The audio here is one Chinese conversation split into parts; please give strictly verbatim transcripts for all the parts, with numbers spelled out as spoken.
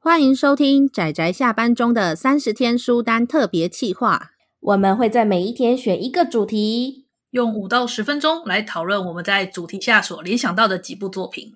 欢迎收听宅宅下班中的三十天书单特别企划。 我们会在每一天选一个主题， 用五到十分钟来讨论我们在主题下所联想到的几部作品。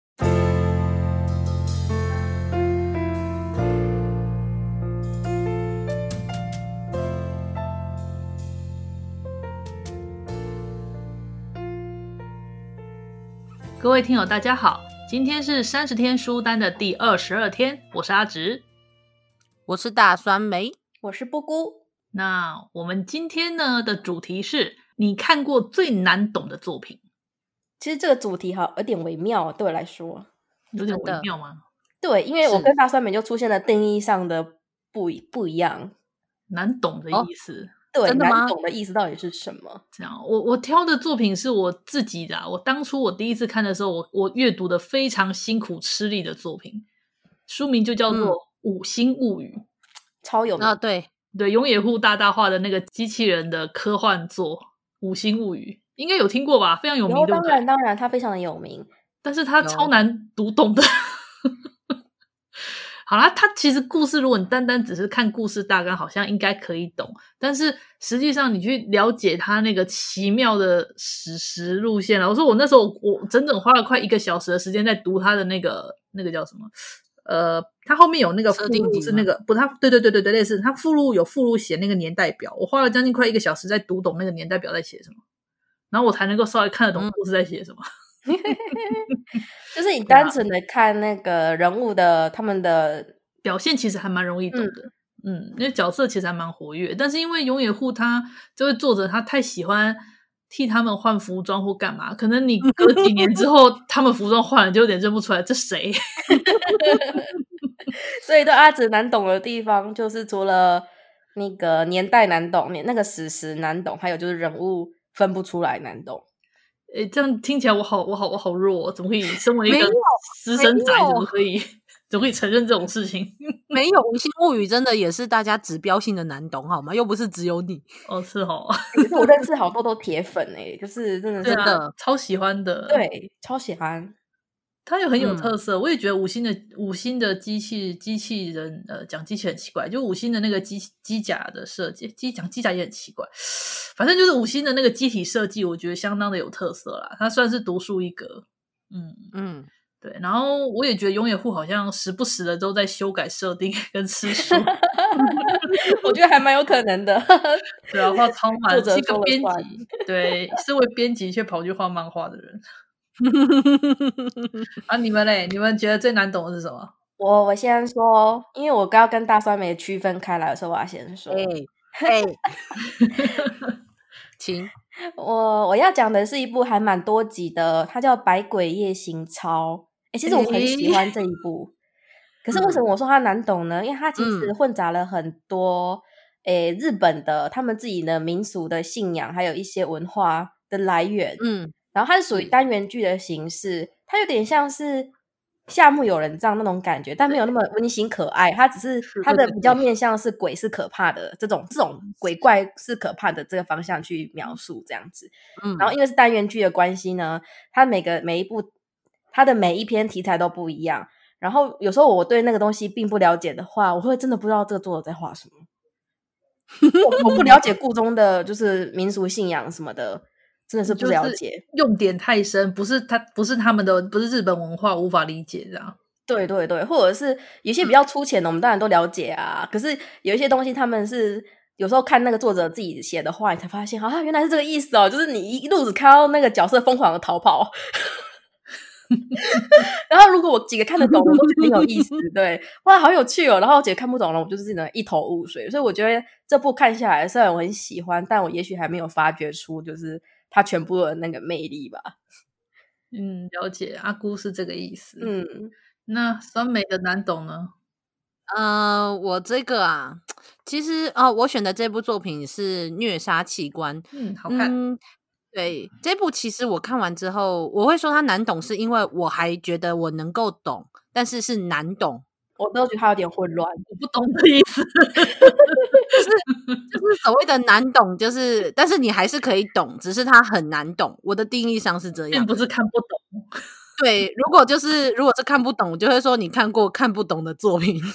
各位听友大家好，今天是三十天书单的第二十二天，我是阿直， 我是大酸梅， 我是布姑。 那我们今天呢的主题是你看过最难懂的作品。 其实这个主题好有点微妙，对我来说有点微妙吗？ 对，因为我跟大酸梅就出现了定义上的不不一样。 难懂的意思、 哦、对， 真的吗？ 难懂的意思到底是什么？ 这样，我我挑的作品是我自己的、啊、我当初我第一次看的时候，我我阅读的非常辛苦吃力的作品，书名就叫做《五星物语》、嗯、 超有名啊！对对，永野户大大画的那个机器人的科幻作《五星物语》，应该有听过吧？非常有名， 有对不对？ 当然当然，它非常的有名， 但是它超难读懂的。好啦，它其实故事如果你单单只是看故事大纲好像应该可以懂，但是实际上你去了解它那个奇妙的史实路线啦，我说我那时候我整整花了快一个小时的时间在读它的那个那个叫什么呃，它后面有那个附录是那个不，它对对对对对类似，它附录有附录写那个年代表，我花了将近快一个小时在读懂那个年代表在写什么，然后我才能够稍微看得懂故事在写什么。嗯就是你单纯的看那个人物的他们的表现其实还蛮容易懂的。嗯, 嗯因为角色其实还蛮活跃，但是因为永野户他这位作者他太喜欢替他们换服装或干嘛，可能你隔几年之后他们服装换了就有点认不出来这谁。 所以对阿直难懂的地方就是除了那个年代难懂，那个史实难懂，还有就是人物分不出来难懂。 诶，这样听起来我好我好我好弱，怎么可以身为一个私生宅怎么可以怎么可以承认这种事情？ 没有，五星物语真的也是大家指标性的难懂好吗？又不是只有你。 哦，是哦。 可是我认识好多都铁粉诶、欸，就是真的真的、啊、超喜欢的， 对，超喜欢。 它又很有特色、嗯、我也觉得五星的五星的机器机器人呃，讲机器很奇怪，就五星的那个机机甲的设计，机讲机甲也很奇怪，反正就是五星的那个机体设计我觉得相当的有特色啦，它算是独树一格。嗯嗯，对，然后我也觉得永野户好像时不时的都在修改设定跟吃书。 我觉得还蛮有可能的。 对啊，画超满，是一个编辑， 对，身为编辑却跑去画漫画的人。啊，你们嘞？你们觉得最难懂的是什么？ 我我先说，因为我刚要跟大酸梅区分开来的时候，我要先说。 哎、欸，请我我要讲的是一部还蛮多集的，它叫《百鬼夜行抄》。哎，其实我很喜欢这一部，欸、可是为什么我说它难懂呢？因为它其实混杂了很多诶、嗯、日本的他们自己的民俗的信仰，还有一些文化的来源。嗯。然后它是属于单元剧的形式，它有点像是夏目友人帐那种感觉，但没有那么温馨可爱，它只是它的比较面向是鬼是可怕的这种这种鬼怪是可怕的这个方向去描述这样子。嗯，然后因为是单元剧的关系呢，它每个每一部它的每一篇题材都不一样，然后有时候我对那个东西并不了解的话，我会真的不知道这个作者在画什么。我, 我不了解故中的就是民俗信仰什么的，真的是不了解， 就是用点太深，不是他不是他们的，不是日本文化无法理解这样。 对对对，或者是有些比较粗浅的、嗯、我们当然都了解啊，可是有一些东西他们是有时候看那个作者自己写的话，你才发现啊，原来是这个意思哦，就是你一路子看到那个角色疯狂的逃跑。然后如果我几个看得懂我都觉得很有意思，对，哇好有趣哦，然后几个看不懂了我就是真的一头雾水，所以我觉得这部看下来虽然我很喜欢，但我也许还没有发掘出就是它全部的那个魅力吧。 嗯，了解，阿姑是这个意思。 嗯， 那酸梅的难懂呢？ 呃，我这个啊，其实啊、呃，我选的这部作品是《虐杀器官》。 嗯，好看。 嗯，对，这部其实我看完之后，我会说它难懂，是因为我还觉得我能够懂，但是是难懂。 我都觉得它有点混乱， 我不懂的意思。 就是就是所谓的难懂，就是但是你还是可以懂，只是它很难懂。我的定义上是这样， 并不是看不懂。 对，如果就是如果是看不懂，我就会说你看过看不懂的作品。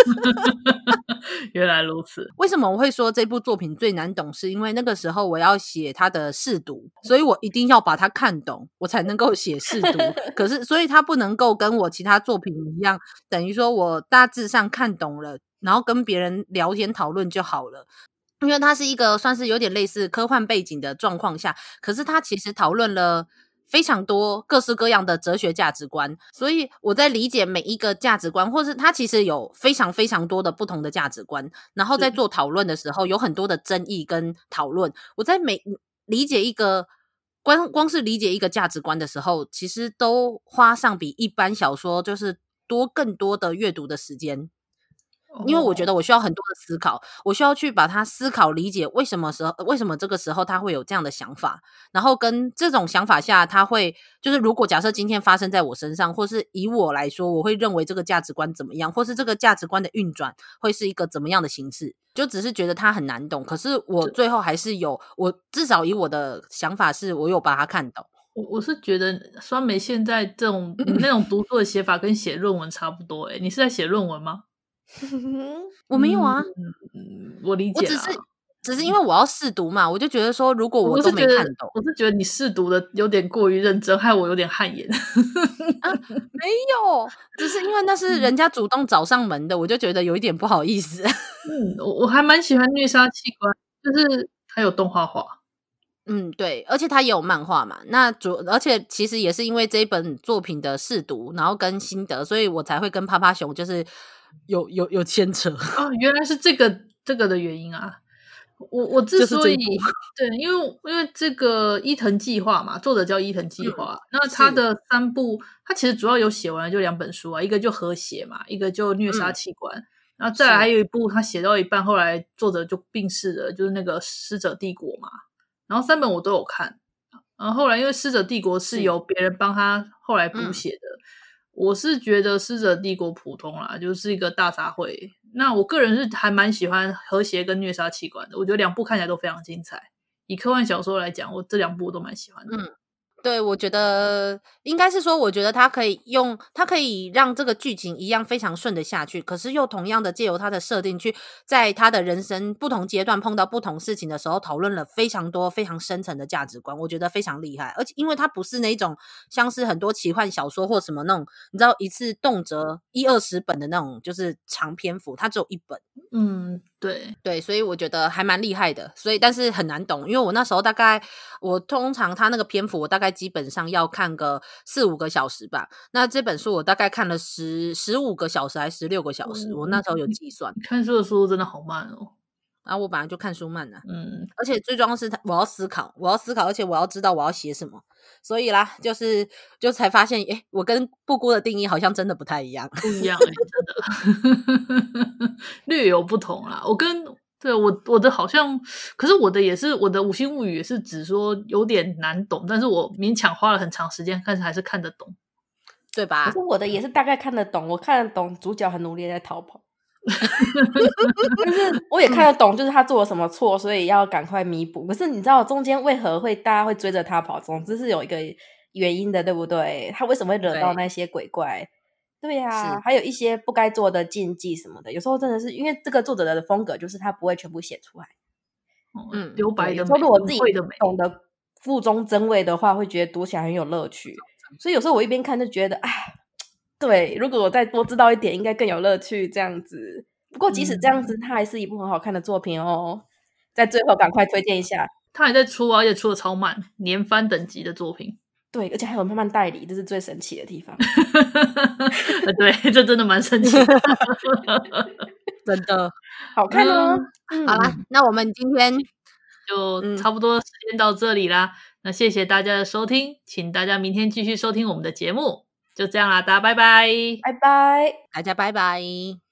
原来如此。 为什么我会说这部作品最难懂，是因为那个时候我要写它的试读，所以我一定要把它看懂，我才能够写试读。可是所以它不能够跟我其他作品一样，等于说我大致上看懂了，然后跟别人聊天讨论就好了。因为它是一个算是有点类似科幻背景的状况下，可是它其实讨论了非常多各式各样的哲学价值观，所以我在理解每一个价值观，或是它其实有非常非常多的不同的价值观，然后在做讨论的时候有很多的争议跟讨论。我在每理解一个光光是理解一个价值观的时候，其实都花上比一般小说就是多更多的阅读的时间。因为我觉得我需要很多的思考，我需要去把它思考理解为什么时候为什么这个时候他会有这样的想法，然后跟这种想法下他会就是如果假设今天发生在我身上，或是以我来说我会认为这个价值观怎么样，或是这个价值观的运转会是一个怎么样的形式，就只是觉得它很难懂，可是我最后还是有我至少以我的想法是我有把它看懂。 我我是觉得酸梅现在这种那种读书的写法跟写论文差不多。诶你是在写论文吗？ 我没有啊、 嗯、我理解啦， 我只是只是因为我要试读嘛，我就觉得说如果我都没看懂， 我是觉得你试读的有点过于认真，害我有点汗颜。 啊，没有，只是因为那是人家主动找上门的，我就觉得有一点不好意思。 嗯，我我还蛮喜欢虐杀器官，就是还有动画化。 嗯，对，而且它也有漫画嘛。那主，而且其实也是因为这一本作品的试读，然后跟心得，所以我才会跟趴趴熊就是有有有牵扯。 哦，原来是这个这个的原因啊！我我之所以、就是、对，因为因为这个伊藤计划嘛，作者叫伊藤计划、嗯，那他的三部，他其实主要有写完了就两本书啊，一个就和谐嘛，一个就虐杀器官。嗯，然后再来还有一部他写到一半，后来作者就病逝了，就是那个师者帝国嘛。然后三本我都有看，然后后来因为师者帝国是由别人帮他后来补写的、嗯、我是觉得师者帝国普通啦，就是一个大杂烩。那我个人是还蛮喜欢和谐跟虐杀器官的，我觉得两部看起来都非常精彩。以科幻小说来讲，我这两部我都蛮喜欢的。 嗯，对，我觉得应该是说，我觉得他可以用，他可以让这个剧情一样非常顺的下去，可是又同样的借由他的设定去在他的人生不同阶段碰到不同事情的时候，讨论了非常多非常深层的价值观，我觉得非常厉害。而且因为他不是那种像是很多奇幻小说或什么那种，你知道一次动辄一二十本的那种就是长篇幅，他只有一本。 嗯，对对，所以我觉得还蛮厉害的。所以但是很难懂，因为我那时候大概我通常他那个篇幅我大概基本上要看个四五个小时吧。那这本书我大概看了十十五个小时还是十六个小时、嗯、我那时候有计算。 看书的速度真的好慢哦。 然后我本来就看书慢啊， 嗯， 而且最重要是我要思考，我要思考，而且我要知道我要写什么。所以啦，就是就才发现，诶，我跟布姑的定义好像真的不太一样， 不一样、欸，真的略有不同啦。我跟对我我的好像，可是我的也是我的五星物语也是只说有点难懂，但是我勉强花了很长时间，但是还是看得懂， 对吧？ 可是我的也是大概看得懂，我看得懂主角很努力在逃跑。但是我也看得懂，就是他做了什么错，所以要赶快弥补。可是你知道中间为何会大家会追着他跑？总之是有一个原因的，对不对？他为什么会惹到那些鬼怪？对呀、啊，还有一些不该做的禁忌什么的。有时候真的是因为这个作者的风格，就是他不会全部写出来。 嗯，留白的美。 有时候如果自己懂得附中真味的话，会觉得读起来很有乐趣。所以有时候我一边看就觉得啊。对，如果我再多知道一点应该更有乐趣这样子。不过即使这样子、嗯、它还是一部很好看的作品哦。在最后赶快推荐一下， 它还在出啊，而且出的超慢，年番等级的作品。 对，而且还有慢慢代理，这是最神奇的地方。 对，这真的蛮神奇的。 真的好看哦、 嗯、好啦，那我们今天就差不多时间到这里啦、嗯、那谢谢大家的收听，请大家明天继续收听我们的节目。就这样啦，大家拜拜， 拜拜， 大家拜拜。